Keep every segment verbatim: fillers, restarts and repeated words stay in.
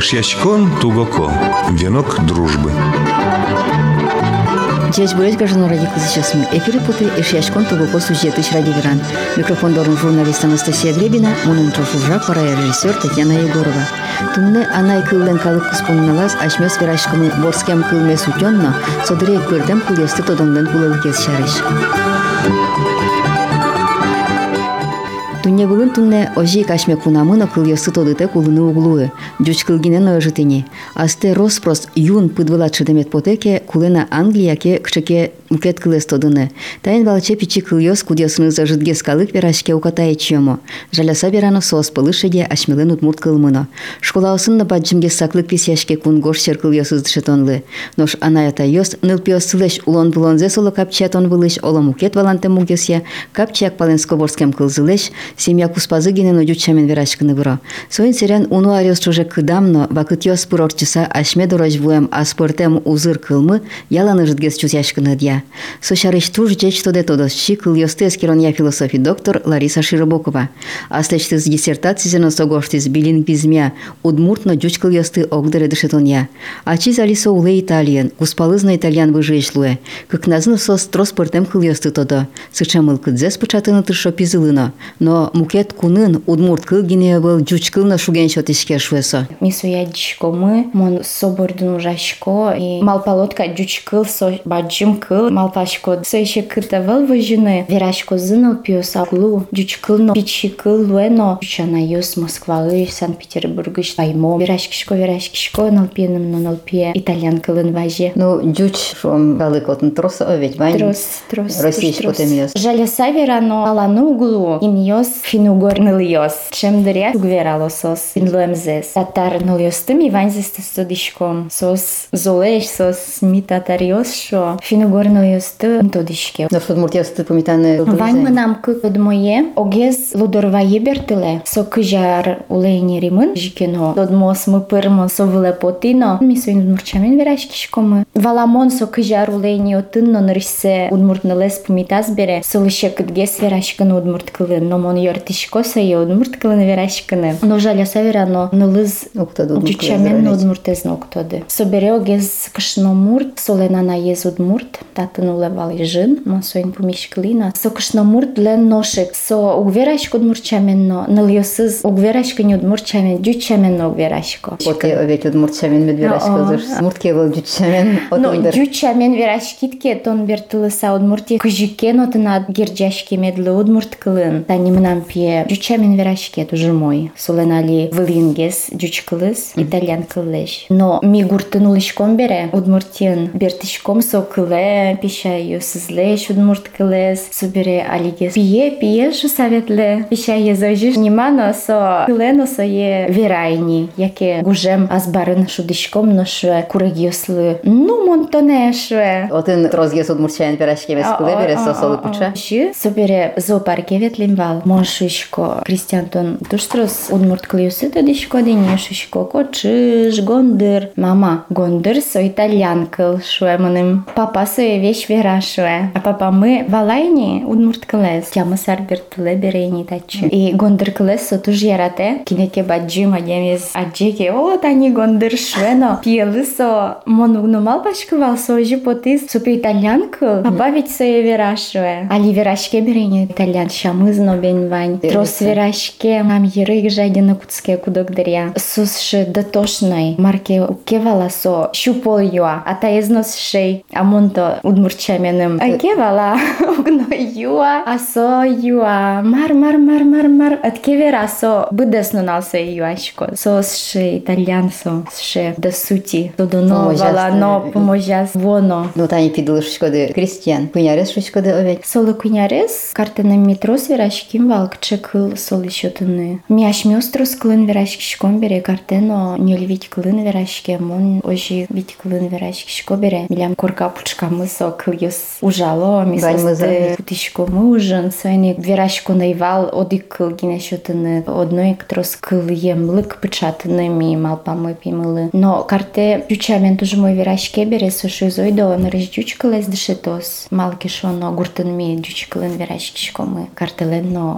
Ишьячкон тугоко. Венок дружбы. Здесь будет граждан ради сейчас мы. Эфиры путы Ишьячкон тугоко сюжеты ради веран. Микрофон дорн журналист Анастасия Гребина, мононтор журжак, пара режиссер Татьяна Егорова. Тунны она и кылден калык куспомналас, ашмес верашкамы борскем кылме сутённо, содыре кырдем кулёсты тодонден кулылкес шарыш. Тунне булын тунне ожи кашме кунамына кыльёсы тодыте кулыны углуы, жуч кылгинен ожитыни. Асте роспрос юн пыдвылат шыдемет потеке кулена Англияке кшеке мукет кылес тодыны. Тайын балче пичи кыльёс кудьёсыны зажитге скалык верашке укатае чьёмо. Жаляса верано сос пылышеге ашмелын утмурт кылмыно. Школаусынна баджимге саклык писяшке кун гош чер кыльёсыз дышетонлы. Нош анаята йос нылпиос сылеш улон булонзе соло капчатон вылыш ола мукет валанте мугесья, капчак паленско борскем кылзылеш, семья куспазыгинен удючамен верашкыны бро. Соин серян уну ариос чуже кыдамно, вакытьёс пурорчыса ашме дорож вуем аспортем узыр кылмы, яланы жытгес чузяшкыны дья. Сошарыш туж жеч тоде тодосчи кыльёстес керонья философии доктор Лариса Широбокова. Аслечтыз диссертацияны согоштыз билингвизмя удмуртно жуч кыльёсты огдере дышетонья. Ачиз алисо уле италиен, куспалызно итальян выжешлуе, как назны сос транспортем кыльёсты тодо. Сычамыл кыдзес пычатыны тышо пизылыно, но мукет кунын удмурт кылгине был жуч кылна шуген шотишке шуесо. Мису ядичко мы, мон собордун ужашко, и малпалотка жуч кыл со баджим кыл, малпашко со еще кытавал выжины, верашко зыныл пиос аглу, жуч кылно пичи кыл луэно, жучана юс Москвалы, Санкт-Петербургыш, Ваймо, верашкишко, верашкишко, налпиеным, но налпие итальян кылын важе. Ну, жуч шом галыкотын трос овет, вань? Трос, трос, Российский потемьёс. Жаляса верано алану углу, иньёс финугорныл йос. Чем дыря угверало сос инлуэмзес. Татар ныл йостым и ваньзес тестодишком. Сос золеш, сос ми татар йос шо. Финугорныл йосты тодишке. Но что удмурт йосты помитаны? Вань мы нам кыпыд мое, огез лудорва ебертыле. Со кыжар улейни римын жикено. Додмос мы пырмо со выле потино. Ми со удмурчамен верашкишкомы. Валамон со кыжар улейни отынно нырсе удмуртнылес помитаз бере. Солыше кыдгес верашкын удмурт кылын. Но мон йортишко сае удмурт кылын верашкыны. Но жаляса верано нылыз жучамен удмуртез ноктоды. Собере огез кышномурт, соленана ез удмурт, татын улевал жын, мон соин помиш кылина. Со кышномурт лен ношек, со угверашко удмурчамен но, ныл йосыз угверашко не удмурчамен, жучамен но угверашко. Оте овет удмурчамен медверашко зыш. Муртке был жучамен. Но жучамен верашкитке тон бертылыса удмурти кыжикен отына герджашки медлы удмурт кылын. Тани мнам пие жучамен верашке тоже мой. Соленали вылингес жуч кылыс, итальян кылыш. Но ми гуртынулышком бере, удмуртин бертишком со кыле, пища ее сызлеш удмурт кылыс, собере алигес. Пие, пие, шу советле, пища ее зажиш, немано со кыле, но со е верайни, яке гужем азбарын шудышком, но шве курагиослы. Ну, монтоне шве. Отын трозгес удмурчамен верашке вес кыле бере со солы пуча. Ши, собере зоопарке ветлимвал. Моншишко Кристиантон туштрос удмурт кылюсы тодишко денешишко кочыш гондыр. Мама гондыр со итальян кыл шуэманым. Папа соe вещь вера шуэ. А папа мы валайни удмурт кылес. Тяма сарбертыле берейни тачы. И гондыр кылес со туж ярате. Кинете баджим адемез аджеке. О, тани гондыр шуэно. Пиелы со монугнумал башкывал со жипотис. Супе итальян кыл. Папа ведь соe вера шуэ. Али верашке берейни итальян шамызно бен вань. Трос верашке нам ерык жадина куцке кудокдыря. Сусши дотошной марке укевала со щупол юа. А та езнос шей. А монто удмурчаменым. А кевала угно юа. А со юа. Мар мар мар мар мар. От кевера со быдесно налса юашко. Со сши итальян со сши до сути. Додоно вала но поможас воно. Ну тани пидылышко де крестьян. Кунярес шучко де овет. Соло кунярес. Картена метро с верашким валк чекыл соли шотыны. Мяш мёстрос клын верашкишком бере картено. Нёль вить клын верашке. Мон ожи вить клын верашкишко бере. Милям корка пучкамы со кыльёс ужало. Мисосты путишко мы ужын. Соэни верашко наивал оди кыл гине шотыны. Одной ктрос кыльем лык пычатыны ми малпамы пимылы. Но карте жучамен тоже мой верашке бере со шизойдо. Нырыш жуч кылес дышетос. Малки шоно гуртын ми жуч клын верашкишко мы. Картелен но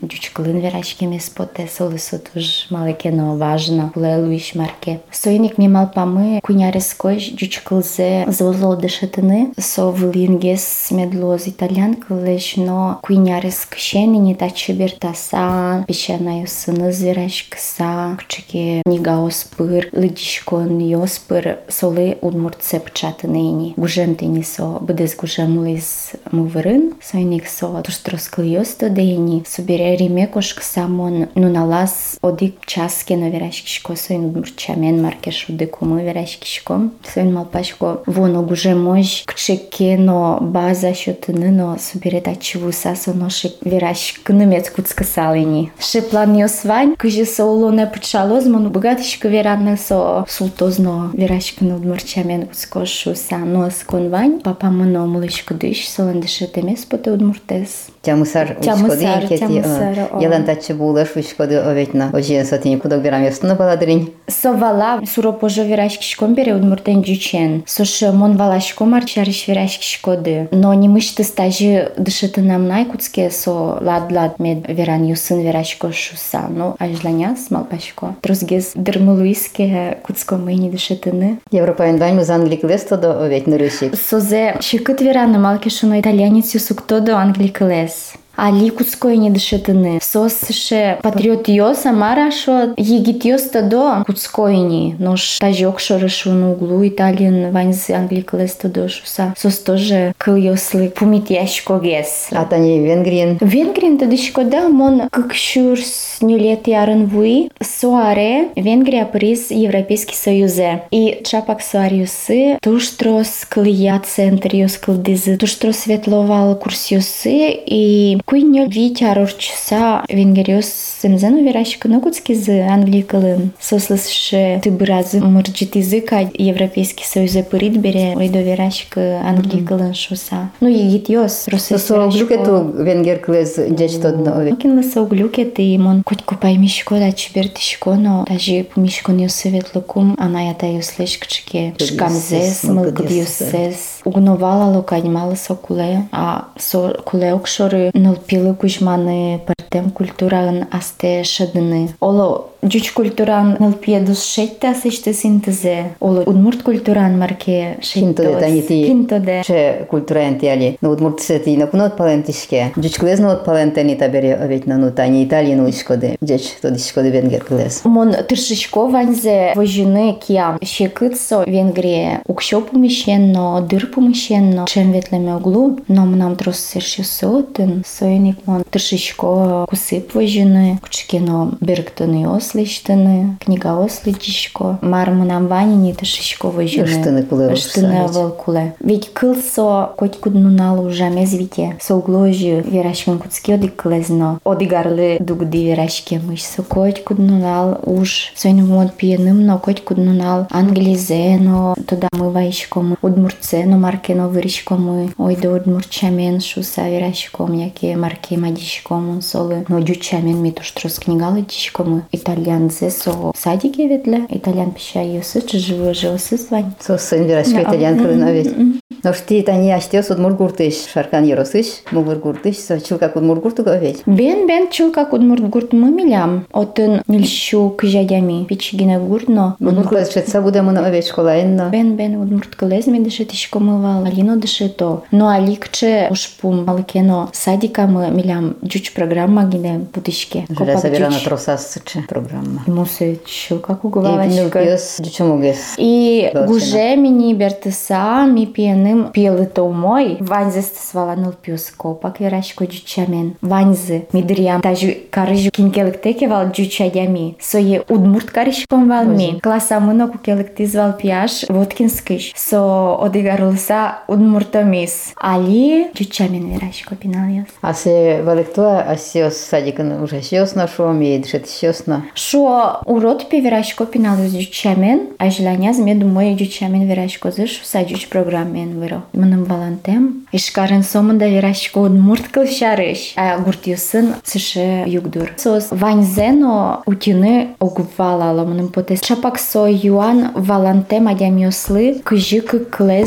дючклин верашки ми споте солисо туж малекено важно, куле луиш марке. Соиник ми малпамы кунярескош дючклзе золо дешетины, со влингес медлоз итальян клешно куняреск шенини тачи бертаса, пещаная сына зверашкса, кчеке нигаоспыр, лыдишкон йоспыр, солы удмуртце пчатыныни. Гужемтини со бдес гужемлис муверын, соиник со туштроскliosто дейни, собере римекош ксамон нуналас одик часке на верашкишко, соин удмуртчамен маркеш удекумы верашкишком, соин малпашко воно гужемож кчекено база шотыныно собере тачивуса соношик верашкнымец куцкасалини. Шеплан йосвань, кыжи со улоне пчалоз, мону богатишко веранны со султозно верашкны удмуртчамен куцкошуса, но сконвань, папа мно мулышко дыш, солен дышетемес поте удмуртес. Тямусар Тямусар, тямусар. Ялан тачи булаш вишкоды оветна. Ожен сотини кудок берам ястына баладырин. Совала суропожо верашкишком бере удмуртен дючен. Сош мон валашко марчариш верашкишкоды. Но не мышты стажи дышетынам найкутске со лад-лад мед веран юсын верашко шуса. Ну, ажланяс малпашко. Трусгез дырмылуиске кутско мэйни дышетыны. Европаен вань муз англик лесто до оветны рышик. Созе шикыт вераны малкешуно итальянец юсукто до англик лес. Али куцкой не дышетыны. Сосше патриот йоса марашо егит йоста до куцкойни. Нож тажок шорышу на углу Италиан ваньз англик лесто до шуса. Сос тоже кыл йослы пумит яшко гес. А тани Венгрien. Венгрien тадышко да мон кыкшурс нюлет ярын вуи. Суаре Венгрия приз Европейский Союзе. И чапак суариусы туштрос кылия центр йос кылдызы. Туштрос светловал курс йосы и Куйнё витя рорчса венгериос семзену верашка ногуцки з англикалын. Сослысше ты бразы морджит языка Европейский Союз пырит бере ойдо верашка англикалын шуса. Ну егит йос росес Со глюкету венгер клез дечтодно овет. Кинла со глюкет и мон коть купай мишко да чибертишко, но даже мишко не светлокум, она ята юслеш кчеке шкамзес, мылкад юсес. Угновала локань мала со куле, а со куле окшоры пилы кужманы партем культуран асте шадыны. Оло дюч культуран нылпие дус шетте асышты синтезе. Оло удмурт культуран марке шеттос. Кинтоде танити. Кинтоде. Ше культураен тиали. Но удмурт сети на кунот палентишке. Дюч клез нот палентени табере овет на нутани Италии ну ишкоде. Дюч тодишкоде венгер клез. Мон тыршичко ванзе вожины киам. Шекыцо Венгрия. Укшо помещенно, дыр помещенно. Чем ветлеме углу. Но нам трос серши сотен. Соиник мон тыршичко кусып вожины. Кучкино берктоны ослиштыны. Книга осличишко. Марму нам ванини тыршичко вожины. Штыны куле. Штыны волкуле. Ведь кылсо коть куднунал уже мезвите. Солгложи верашкин куцки одик клезно. Одигарлы дугди верашки мыш. Со коть куднунал уж. Соиник мон пьяным, но коть куднунал англизено. Туда мы ваишкому. Удмурцено маркено выришкому. Ой до удмурчамен шуса верашком. Яке марке мадишкому солы. Но дючамен ми туштрос книгалы дишкому. Итальянзе со садике ветле. Итальян пища юсы, чживы живсы звань. Со сын верашка итальян клын овет. Но шти тани аштес удмурт гуртыш. Шаркан еросыш. Мугыр гуртыш. Со чулкак удмурт гуртук овет. Бен бен чулкак удмурт гурт мы милям. Отын нильщу кыжадями. Пичгина гуртно. Удмурт клез шетса будемо на овет школаенно. Бен бен удмурт клезми дышетишко мывал. Алино дышето. Но аликче ушпум алкено садика мы милям. Дюч программа гине будышке. Железа верана тросасыче программа. Мусы чулкак И уговалашка. нукес дючомугес. И гуже мини бертеса ми пьяным пьелы то умой. Ваньзе стасвала ныл пьюско. Пак верашко дючамен. Ваньзе мидриям. Тажу карыжу кинкелектеке вал дючадями. Сое удмурт карышком валми. Класса мыноку келектиз вал пьяш воткинскыш. Со одигарулса удмуртомис. Али дючамен верашко пиналиас. Асе валектуа асиос садикын уже сиосно шоми дышет сиосно. Шо урод пи верашко пиналиас дючамен. Ажланяз меду мой дючамен верашко зыш садюч программен выро. Мыным балантем. Ишкарын сомында верашко удмурт кылшарыш. А гуртюсын сыше югдур. Сос ваньзено утины огвалало мыным потес. Чапак со юан валантем адямиослы кыжы клез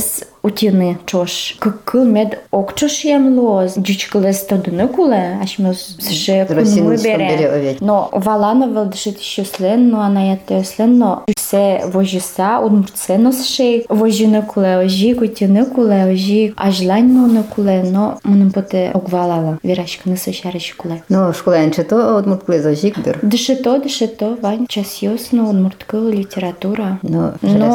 утины чош. Кыкыл мед окчош ямлоз. Дючкылес тодыны куле. Ашмёс ше кунмы бере. Но валана валдышит еще слен, но она ятте слен, но се вожиса удмурценос ше вожины куле, ожи кутины куле, ожи ажлань моны куле, но мунын поте огвалала. Верашканы сошарыш куле. Ну, школа энчето удмурткылы зожик дыр. Дышето, дышето, вань, час ясно, удмурткыл литература. Ну,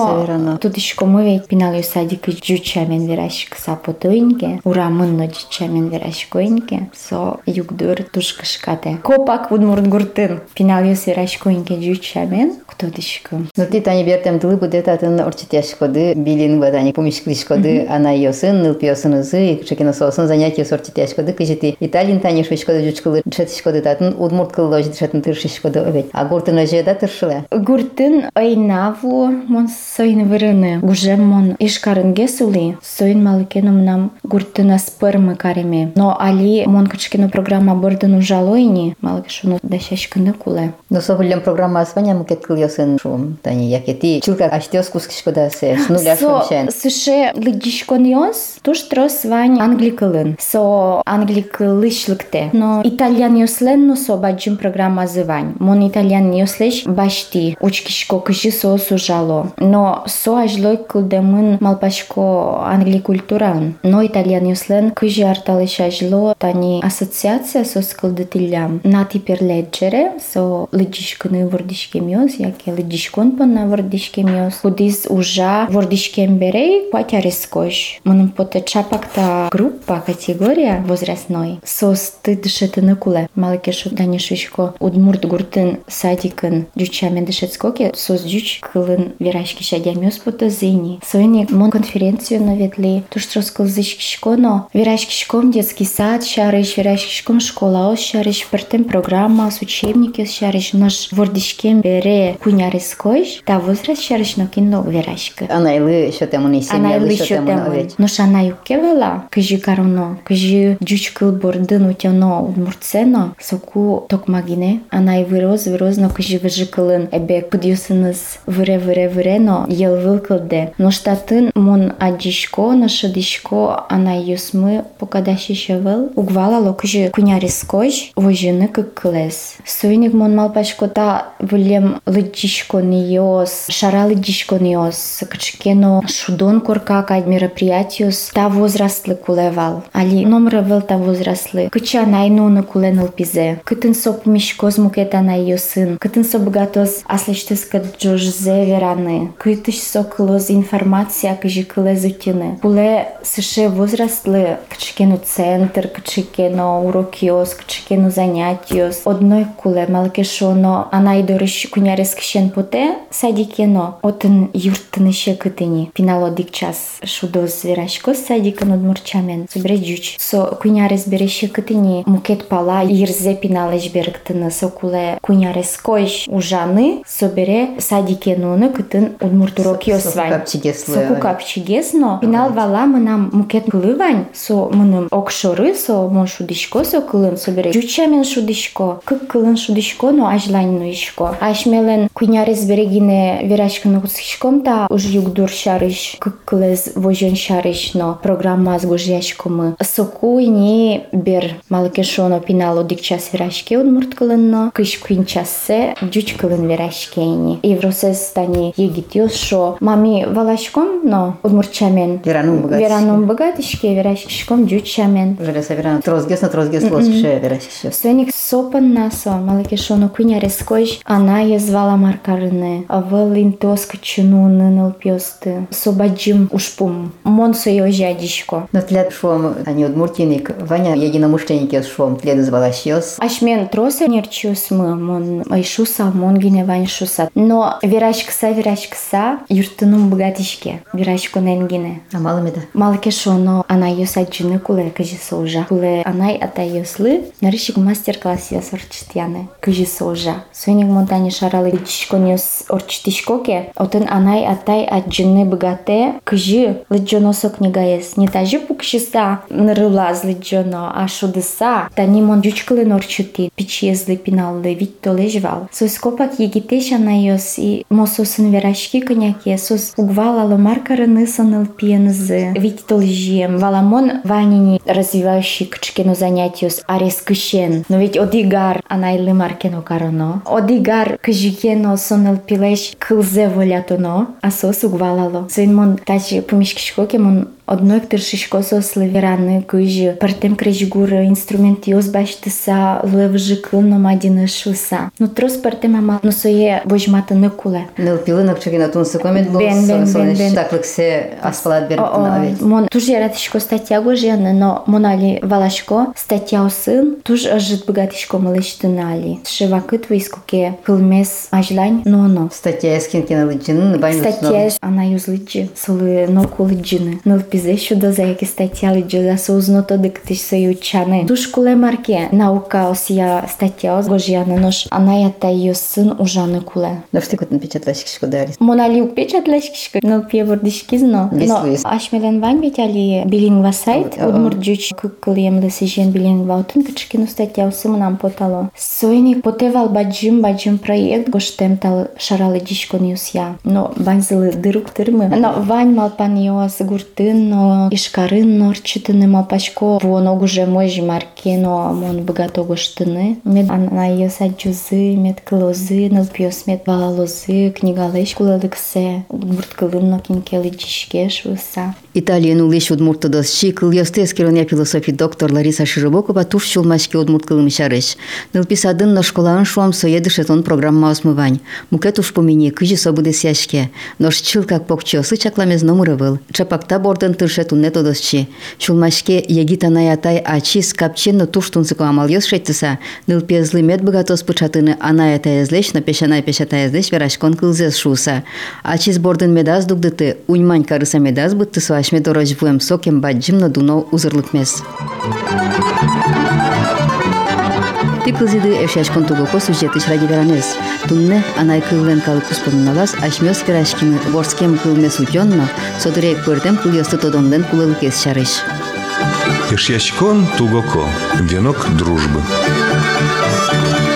но тут еще мы ведь пинали садик и джучамен верашк сапотуинке, урамын но джучамен верашкоинке, со югдур тушкашкате. Копак удмурт гуртын, пинали верашкоинке джучамен, кто дышко. Ну, ты тани бертем тылы будет атын орчитяш коды, билин бадани помешклиш коды, она ее сын, ныл пьесын узы, кшекино сосын занятия с орчитяш коды, кыжити италин тани швиш коды джучкылы джетиш коды татын, удмурткыл лож дышатын тыршиш коды овет. А гуртын оже да тыршылы? Гуртын айнаву мон сойн вырыны, гужем мон ишкарынге сули, сойн малыкеном нам гуртына спермы кареме. Но али мон кшекино программа бордын ужалойни, малыкшуну дащашкыны куле. Ну, соболем программа асваня мукет кыл ясын шум. Тани якети чулка аштеос кускишкода се нуля шумчен. Со сыше лыдишкониос туш трос вань англикылын. Со англикылышлыкте. Но итальян йослен но со баджим программа зывань. Мон итальян йослеш башти учкишко кыши со сужало. Но со ажлой кылдемын малпашко англикультуран. Но итальян йослен кыжи арталыш ажло тани ассоциация со скылдытылям. Нати перледжере со лыдишкыны вордишкемиос, яке лыдишкон пана вордишкемиос. Кудис ужа вордишкем берей патярискош. Мон поте чапакта группа, категория возрастной. Со стыд дышетыны куле. Малыкешу данишишко удмурт гуртын садикын дючамен дышетскоке сос дюч кылын верашки шадямиос поте зыни. Соини мон конференцию наветли. Туштрос кылзышкишко, но верашкишком детский сад шарыш, верашкишком школа шарыш, пертем программа с учебники шарыш. Наш вордишкем бере кунярискош, та возраст шарыш но кино верашка. Анайлы шотемуни семья, лы шотемуни овет. Но шана юкевела, кыжи каруно, кыжи дючкыл бордын утяно удмуртсено, соку токмагине, анай вироз, вироз, но кыжи выжикылын, эбе кудюсыныз вире, вире, вире, но ел вылкылде. Но штатын мон адишко, но шадишко, анай юсмы покадашишевел, угвалало кыжи кунярискош, вожыны кыккылес. Сойник мон малпашко та вылем лыдишко ниос, шара лыдишко ниос, кычкено шудон коркака мероприятиус, та возраслы кулевал. Али номера вел та возраслы. Кыча найнуны куленыл пизе. Кытын соп мишкоз мукета на ее сын. Кытын соп гатоз аслештыска джожзе вераны. Кытыш сокылоз информация кыжи кылезутины. Куле сыше возраслы кычкено центр, кычкено урокиос, кычкено занятиос. Одной куле малкешоно анайдорыш кунярес кшен поте садикено. Отын юртыны ще кытыни. Пинало дик час шудоз верашко садикан удмурчамен. Собере джуч. Со кунярес береше кытыни мукет пала ирзе пиналеш берктыны. Со куле кунярес кош ужаны собере садикенуны кытын удмуртурокиос вань. Соку капчигес, но пинал вала мынам мукет кылывань. Со мыным окшоры, со мон шудишко со кылым собере джучамен шудишко. Кык кылын шудишко, но ажлань нуишко. Ашмелен кунярес берегине верашканы кусишком та уж югдур шарыш. Кык кылез вожен шарыш, но программа с гужяшкомы. Соку не бер малкешоно пинало дик час верашке удмурт кылынно. Кыш куин часе джуч кылын верашкейни. И вросес тани егитиос шо мами валашком, но удмурчамен. Веранум богатишке. Веранум богатишке верашкишком джучамен. Вереса веран трозгес на трозгес лосше верашке. Соник сопан насо малкешоно кунярес кош, она езвала маркарыны. А велин тоска чунуны нылпёсты. Собаджим ушпум. Монсо йожадишко. Но тлят швом, они удмуртиник, Ваня единомышленники швом тледы звалащиос. Ашмен троса нерчус мы, мон айшуса, мон гине вань шуса. Но верашкса, верашкса, юртынум богатишке. Верашко ненгине. А мало меда? Малкешоно, она йосаджины куле, кажи сожа. Куле анай ата йослы, нарышик мастер-класс яс орчитяны, кажи сожа. Соник монтани шаралы личишко нес орчитишкоке, отын анай атай аджины богате, кажи лыджоносо книга ес. Не тажи пукшиса нырылаз лыджоно, а шудыса, тани мон дючкылын орчити, пич езлы пиналды, вить толежвал. Сос копак егитеш анайос и мососын верашки коняке, сос угвалалы маркарыны сын ныл пензы, ведь толжем, валамон ванини развивающий кчкено занятиус арес кщен. Но ведь одигар анайлы маркено карано. Одигар кжикено соныл пилеш кылзе волятоно, а сосуг валало. Сойнмон тачи помишкишкоке мон одной ктершишко сослы вераны кыжи, партем крежгура инструменти озбаштыса левжикыл номадины шуса. Ну трос партем ама, но сое божмата ныкуле. Ныл пилынок чогина тунсы комет был, сонеш таклыксе аспалат бердина ведь. Мон тоже ратишко статья гожены, но монали валашко статья сын, туж ажит богатишко малыштынали. Шевакыт вискуке кылмес ажлань, но оно. Статья эскинкина лыджины, набаймет. Статья она юзлыджи, солы нокулыджины. Ныл пизе щодо за які стаття лиджи за соузното диктиш соючани. Туж куле марке наука осия стаття гожяна, нош ана ята ее сын ужаны куле. Да что кот напечатлашкишко дали? Монали упечатлашкишко, ныл пьевордишкизно. Но ашмелен вань ведь али билингва сайт, удмурджуч кылем лысижен билингва утын кычкину стаття усым нам потало. Сойник потевал баджим баджим проект гоштем тал шаралы дишкон юсья. Но вань зылы дырук тырмы. Но вань малпан йоас гуртын, но ишкарын норчитыны малпачко воно гуже можи маркено мон богато гоштыны. Мед ана йоса джузы, мед клозы, нылпиос мед валалозы, книгалыш кулалыксе, удмурткылын нокинкели дишкеш вуса. Италиян улеш удмуртыдас ши кыльёстес керония философия доктор Лариса Широбокова туш чулмашки удмурткылым шарыш. Нылписадын на школаан шуам соедышетон программа осмывань. Мукет уж помини кыжи собудес яшке. Нош чил как покчосы чакламез номырывыл. Чапакта бордын тыршетун нетодосчи. Чулмашке егита наятай ачис капченно туш тунсыко амал йос шеттыса. Нылпезлы мед богатос пычатыны анаята эзлеш, но пешанай пешата эзлеш верашкон кылзес шуса. Ачис бордын медаз дугдыты, уньмань карыса медаз бытты свашме дорож вуем сокем баджим на дуно узырлыкмес. Ти кылзиды эвшашкон тугоко сюжетыш ради веранес. Тунне анай кыллен калыкус поминалас ашмёс верашкимы ворскем кылмес утённо, содыре пырдем кыльёсты тодонден кулылыкес шарыш. Ишьячкон тугоко. Венок дружбы.